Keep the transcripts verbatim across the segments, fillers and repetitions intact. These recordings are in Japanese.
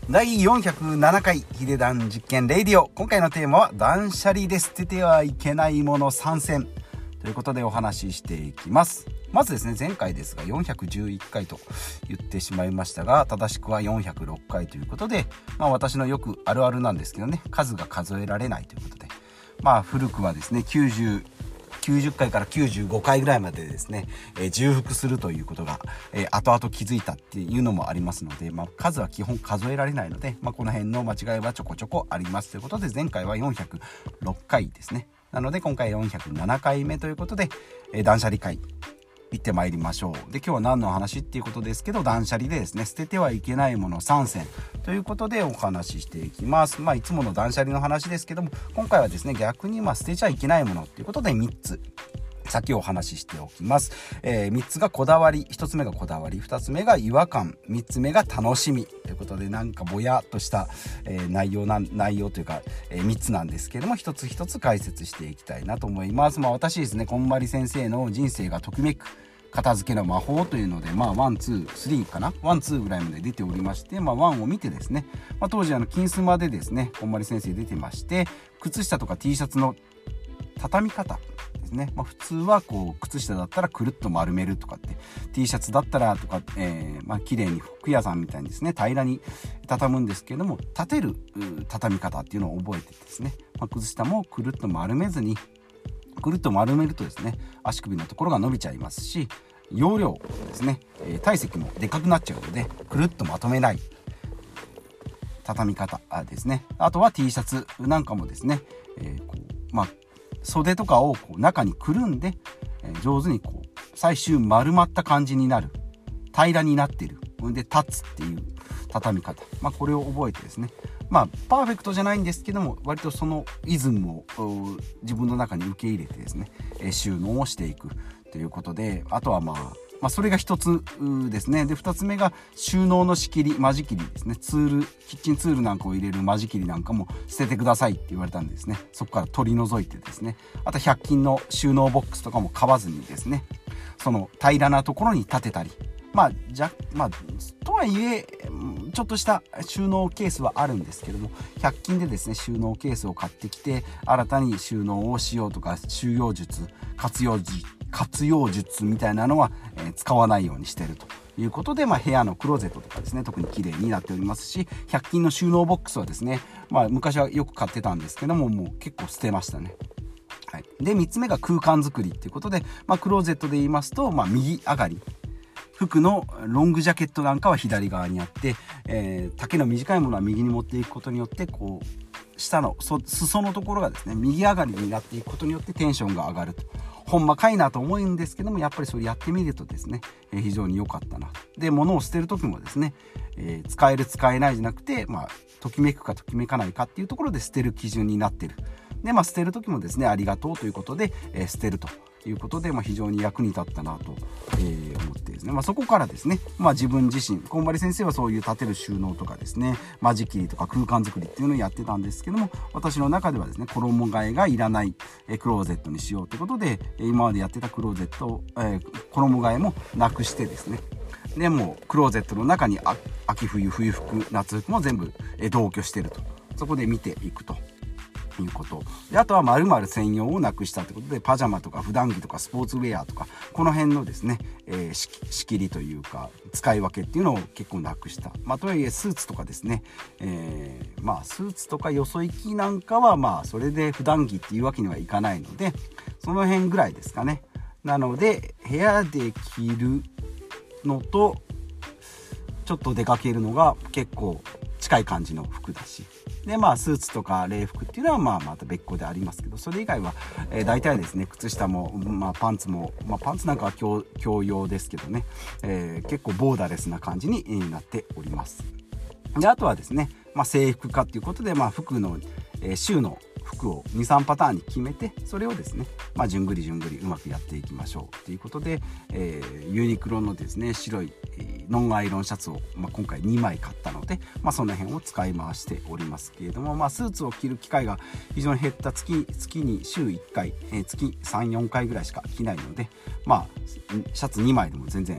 だいよんひゃくななかいヒデダン実験レイディオ。今回のテーマは断捨離で捨ててはいけないものさんせんということでお話ししていきます。まずですね、前回ですがよんひゃくじゅういっかいと言ってしまいましたが、正しくはよんひゃくろっかいということで、まあ私のよくあるあるなんですけどね、数が数えられないということで、まあ古くはですねきゅうじゅうきゅうじゅっかいからきゅうじゅうごかいぐらいまでですね、えー、重複するということが、えー、後々気づいたっていうのもありますので、まあ、数は基本数えられないので、まあ、この辺の間違いはちょこちょこありますということで、前回はよんひゃくろっかいですね。なので今回よんひゃくななかいめということで、えー、断捨離会行ってまいりましょう。で、今日は何の話っていうことですけど、断捨離でですね、捨ててはいけないものさんせんということでお話ししていきます。まあいつもの断捨離の話ですけども、今回はですね、逆にまあ捨てちゃいけないものっていうことでみっつ先をお話ししておきます。えー、みっつがこだわり、ひとつめがこだわり、ふたつめが違和感、みっつめが楽しみということで、なんかぼやっとした、えー、内容な内容というか、えー、みっつなんですけども、一つ一つ解説していきたいなと思います。まあ私ですね、こんまり先生の人生がときめく片付けの魔法というので、まあワンツースリーかなワンツーぐらいまで出ておりまして、まあワンを見てですね、まあ、当時あの金スマでですね、こんまり先生出てまして、靴下とか T シャツの畳み方ですね、まあ、普通はこう靴下だったらくるっと丸めるとかって、 T シャツだったらとか、えー、まあ綺麗に服屋さんみたいにですね平らに畳むんですけれども、立てる畳み方っていうのを覚えてですね、まあ、靴下もくるっと丸めずに、くるっと丸めるとですね足首のところが伸びちゃいますし、容量ですね、えー、体積もでかくなっちゃうのでくるっとまとめない畳み方ですね。あとは T シャツなんかもですね、えー、こうまあ袖とかをこう中にくるんで、えー、上手にこう最終丸まった感じになる、平らになっているで立つっていう畳み方、まあ、これを覚えてですね、まあパーフェクトじゃないんですけども、割とそのイズムを自分の中に受け入れてですね、えー、収納をしていくということで、あとはまあまあ、それが一つですね。で、二つ目が収納の仕切り、間仕切りですね。ツール、キッチンツールなんかを入れる間仕切りなんかも捨ててくださいって言われたんですね。そこから取り除いてですね。あとひゃく均の収納ボックスとかも買わずにですね、その平らなところに立てたり、まあ、じゃ、まあ、とはいえ、ちょっとした収納ケースはあるんですけども、ひゃく均でですね、収納ケースを買ってきて、新たに収納をしようとか、収容術、活用術、活用術みたいなのは、えー、使わないようにしているということで、まあ、部屋のクローゼットとかですね、特に綺麗になっておりますし、ひゃく均の収納ボックスはですね、まあ、昔はよく買ってたんですけども、もう結構捨てましたね。はい、でみっつめが空間作りっていうことで、まあ、クローゼットで言いますと、まあ、右上がり、服のロングジャケットなんかは左側にあって、えー、丈の短いものは右に持っていくことによって、こう下の裾のところがですね右上がりになっていくことによってテンションが上がると。ほんまかいなと思うんですけども、やっぱりそれやってみるとですね、えー、非常に良かったな。で物を捨てる時もですね、えー、使える使えないじゃなくて、まあときめくかときめかないかっていうところで捨てる基準になってる。でまあ捨てる時もですね、ありがとうということで、えー、捨てるということで、まあ、非常に役に立ったなと、えー、思ってですね、まあ、そこからですね、まあ、自分自身、こんまり先生はそういう立てる収納とかですね、間仕切りとか空間作りっていうのをやってたんですけども、私の中ではですね、衣替えがいらないクローゼットにしようということで、今までやってたクローゼットを、えー、衣替えもなくしてですね、でもうクローゼットの中に秋冬冬服夏服も全部同居してると、そこで見ていくということで、あとは〇〇専用をなくしたということで、パジャマとか普段着とかスポーツウェアとかこの辺のですね、えー、仕切りというか使い分けっていうのを結構なくした。まあとはいえスーツとかですね、えー、まあスーツとかよそ行きなんかはまあそれで普段着っていうわけにはいかないので、その辺ぐらいですかね。なので部屋で着るのとちょっと出かけるのが結構近い感じの服だし、でまあスーツとか礼服っていうのはまあまた別個でありますけど、それ以外は、えー、大体ですね、靴下も、まあ、パンツも、まあ、パンツなんかは共共用ですけどね、えー、結構ボーダレスな感じになっております。であとはですね、まあ、制服化ということで、まあ、服の、えー、週の服を にさんパターンに決めて、それをですね、まあ、じゅんぐりじゅんぐりうまくやっていきましょうということで、えー、ユニクロのですね白い、えー、ノンアイロンシャツを、まあ、今回にまい買ったので、まあ、その辺を使い回しておりますけれども、まあ、スーツを着る機会が非常に減った月月に週いっかい、えー、月さんよんかいぐらいしか着ないので、まあ、シャツにまいでも全然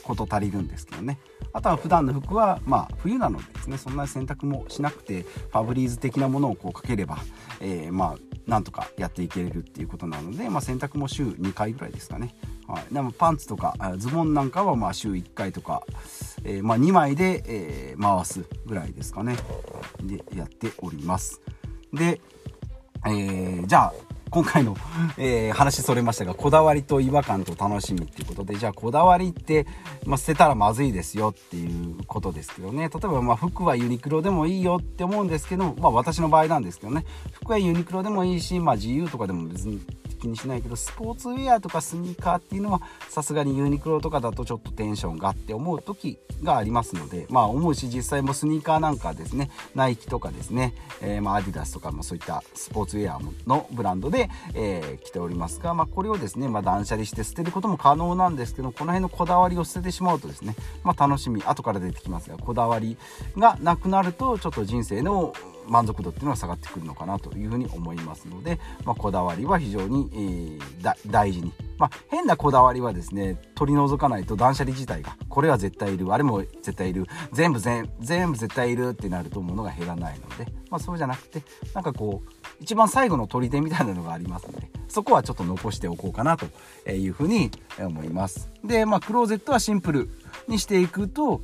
こと足りるんですけどね。あとは普段の服はまあ冬なのでですね、そんなに洗濯もしなくて、ファブリーズ的なものをこうかければ、えー、まあなんとかやっていけるっていうことなので、まあ、洗濯も週にかいぐらいですかね。はい、でもパンツとかズボンなんかはまあ週いっかいとか、えー、まあにまいで、えー、回すぐらいですかね。でやっております。で、えー、じゃあ今回の、えー、話それましたが、こだわりと違和感と楽しみっていうことで、じゃあこだわりって、まあ、捨てたらまずいですよっていうことですけどね。例えばまあ服はユニクロでもいいよって思うんですけど、まあ私の場合なんですけどね、服はユニクロでもいいし、まあ ジーユー とかでも別に気にしないけど、スポーツウェアとかスニーカーっていうのはさすがにユニクロとかだとちょっとテンションがって思う時がありますので、まあ思うし、実際もスニーカーなんかですね、ナイキとかですね、えー、まあアディダスとかもそういったスポーツウェアのブランドで、えー、着ておりますが、まあこれをですね、まあ断捨離して捨てることも可能なんですけど、この辺のこだわりを捨ててしまうとですね、まあ楽しみ、後から出てきますが、こだわりがなくなるとちょっと人生の満足度っていうのが下がってくるのかなというふうに思いますので、まあ、こだわりは非常に、えー、だ大事に、まあ、変なこだわりはですね取り除かないと断捨離自体がこれは絶対いる、あれも絶対いる、全部全全部絶対いるってなると物が減らないので、まあ、そうじゃなくてなんかこう一番最後の砦みたいなのがありますので、そこはちょっと残しておこうかなというふうに思います。で、まあ、クローゼットはシンプルにしていくと、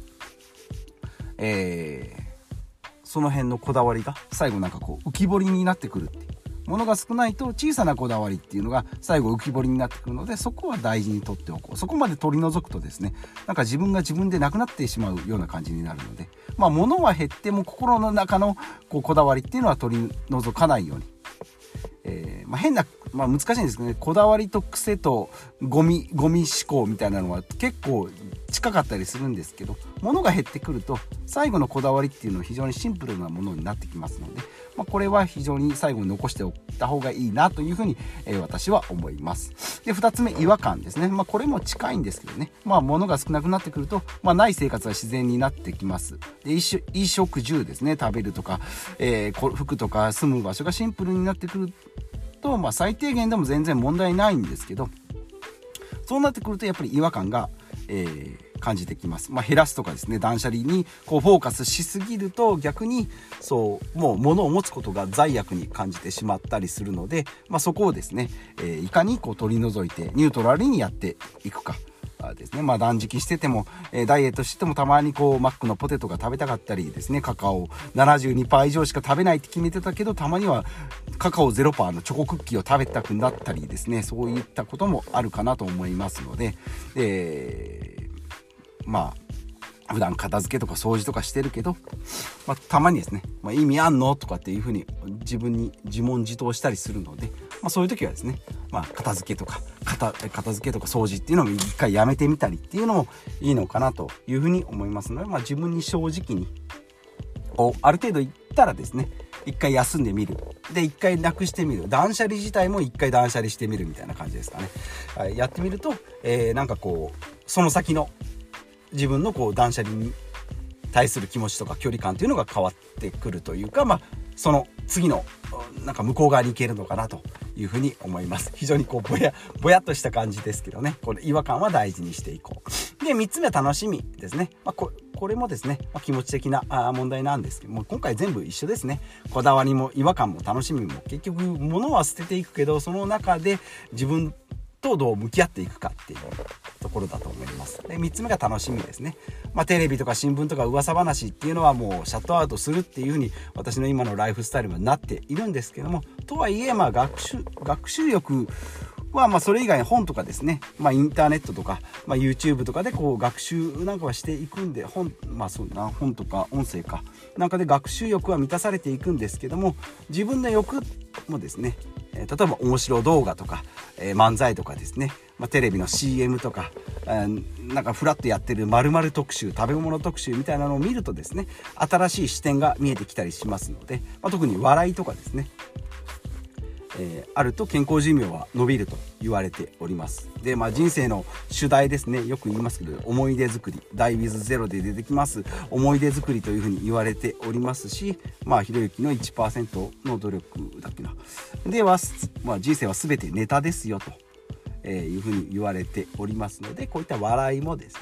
えーその辺のこだわりが最後なんかこう浮き彫りになってくるっていう、ものが少ないと小さなこだわりっていうのが最後浮き彫りになってくるので、そこは大事に取っておこう。そこまで取り除くとですね、なんか自分が自分でなくなってしまうような感じになるので、まあ物は減っても心の中のこうこだわりっていうのは取り除かないように、えーまあ、変な、まあ、難しいんですけどね、こだわりと癖とゴミゴミ思考みたいなのは結構近かったりするんですけど、物が減ってくると最後のこだわりっていうのは非常にシンプルなものになってきますので、まあ、これは非常に最後に残しておいた方がいいなというふうに、えー、私は思います。で、ふたつめ、違和感ですね。まあ、これも近いんですけどね、まあ、物が少なくなってくると、まあ、ない生活は自然になってきます。で、衣食住ですね、食べるとか、えー、服とか住む場所がシンプルになってくると、まあ、最低限でも全然問題ないんですけど、そうなってくるとやっぱり違和感が、えー、感じてきます。まあ、減らすとかですね、断捨離にこうフォーカスしすぎると逆にそうもう物を持つことが罪悪に感じてしまったりするので、まあ、そこをですね、えー、いかにこう取り除いてニュートラルにやっていくかですね。まあ、断食してても、えー、ダイエットしてもたまにこうマックのポテトが食べたかったりですね、カカオ ななじゅうにパーセント 以上しか食べないって決めてたけど、たまにはカカオ ゼロパーセント のチョコクッキーを食べたくなったりですね、そういったこともあるかなと思いますので、えー、まあ普段片付けとか掃除とかしてるけど、まあ、たまにですね、まあ、意味あんのとかっていうふうに自分に自問自答したりするので、まあ、そういう時はですね、まあ、片付けとか 片, 片付けとか掃除っていうのも一回やめてみたりっていうのもいいのかなというふうに思いますので、まあ、自分に正直にこうある程度いったらですね、一回休んでみる、で一回なくしてみる、断捨離自体も一回断捨離してみるみたいな感じですかね。はい、やってみると、えー、なんかこうその先の自分のこう断捨離に対する気持ちとか距離感というのが変わってくるというか、まあその次のなんか向こう側に行けるのかなというふうに思います。非常にこうぼやぼやっとした感じですけどね、これ違和感は大事にしていこう。でみっつめは楽しみですね。まあ、こ, これもですね、まあ、気持ち的なあ問題なんですけども、今回全部一緒ですね。こだわりも違和感も楽しみも結局物は捨てていくけど、その中で自分とどう向き合っていくかっていうところだと思います。でみっつめが楽しみですね。まあ、テレビとか新聞とか噂話っていうのはもうシャットアウトするっていう風に私の今のライフスタイルになっているんですけども、とはいえまあ学習学習力はまあそれ以外に本とかですね、まあ、インターネットとか、まあ、YouTube とかでこう学習なんかはしていくんで、本まあそうな本とか音声かなんかで学習欲は満たされていくんですけども、自分の欲もですね、例えば面白動画とか、えー、漫才とかですね、まあ、テレビの シーエム とか、えー、なんかフラッとやってる〇〇特集、食べ物特集みたいなのを見るとですね、新しい視点が見えてきたりしますので、まあ、特に笑いとかですね、えー、あると健康寿命は伸びると言われております。で、まあ、人生の主題ですね、よく言いますけど、思い出作り、Die with Zeroで出てきます思い出作りというふうに言われておりますし、まあひろゆきの いちパーセント の努力だっけなでは、まあ、人生は全てネタですよというふうに言われておりますので、こういった笑いもですね、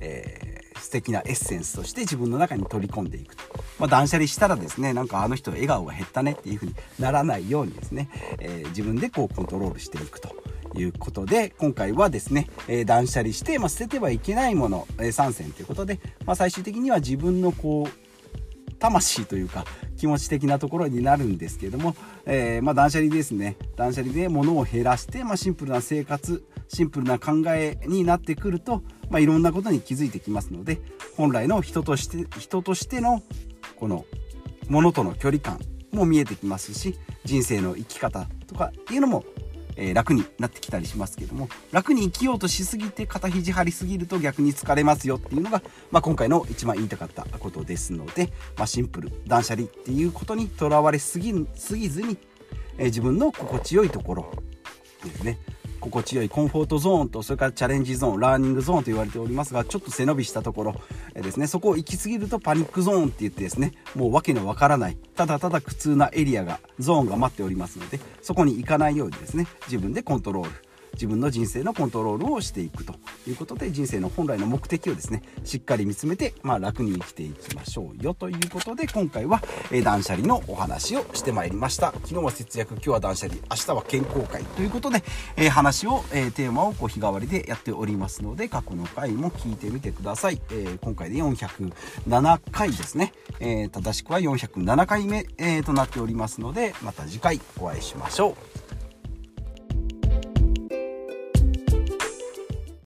えー、素敵なエッセンスとして自分の中に取り込んでいくと。まあ、断捨離したらですね、なんかあの人笑顔が減ったねっていう風にならないようにですね、えー、自分でこうコントロールしていくということで、今回はですね、えー、断捨離して、まあ、捨ててはいけないもの、えー、さんせんということで、まあ、最終的には自分のこう魂というか気持ち的なところになるんですけれども、えー、まあ断捨離ですね。断捨離で物を減らして、まあ、シンプルな生活、シンプルな考えになってくると、まあ、いろんなことに気づいてきますので、本来の人として人としてのこの物との距離感も見えてきますし、人生の生き方とかっていうのもえー、楽になってきたりしますけども、楽に生きようとしすぎて肩肘張りすぎると逆に疲れますよっていうのが、まあ、今回の一番言いたかったことですので、まあ、シンプル断捨離っていうことにとらわれすぎすぎずに、えー、自分の心地よいところですね、心地よいコンフォートゾーンと、それからチャレンジゾーン、ラーニングゾーンと言われておりますが、ちょっと背伸びしたところですね、そこを行き過ぎるとパニックゾーンって言ってですね、もうわけのわからないただただ苦痛なエリアがゾーンが待っておりますので、そこに行かないようにですね、自分でコントロール、自分の人生のコントロールをしていくということで、人生の本来の目的をですねしっかり見つめて、まあ、楽に生きていきましょうよということで、今回は、えー、断捨離のお話をしてまいりました。昨日は節約、今日は断捨離、明日は健康会ということで、えー、話を、えー、テーマをこう日替わりでやっておりますので、過去の回も聞いてみてください。えー、今回でよんひゃくななかいですね、えー、正しくはよんひゃくななかいめ、えー、となっておりますので、また次回お会いしましょう。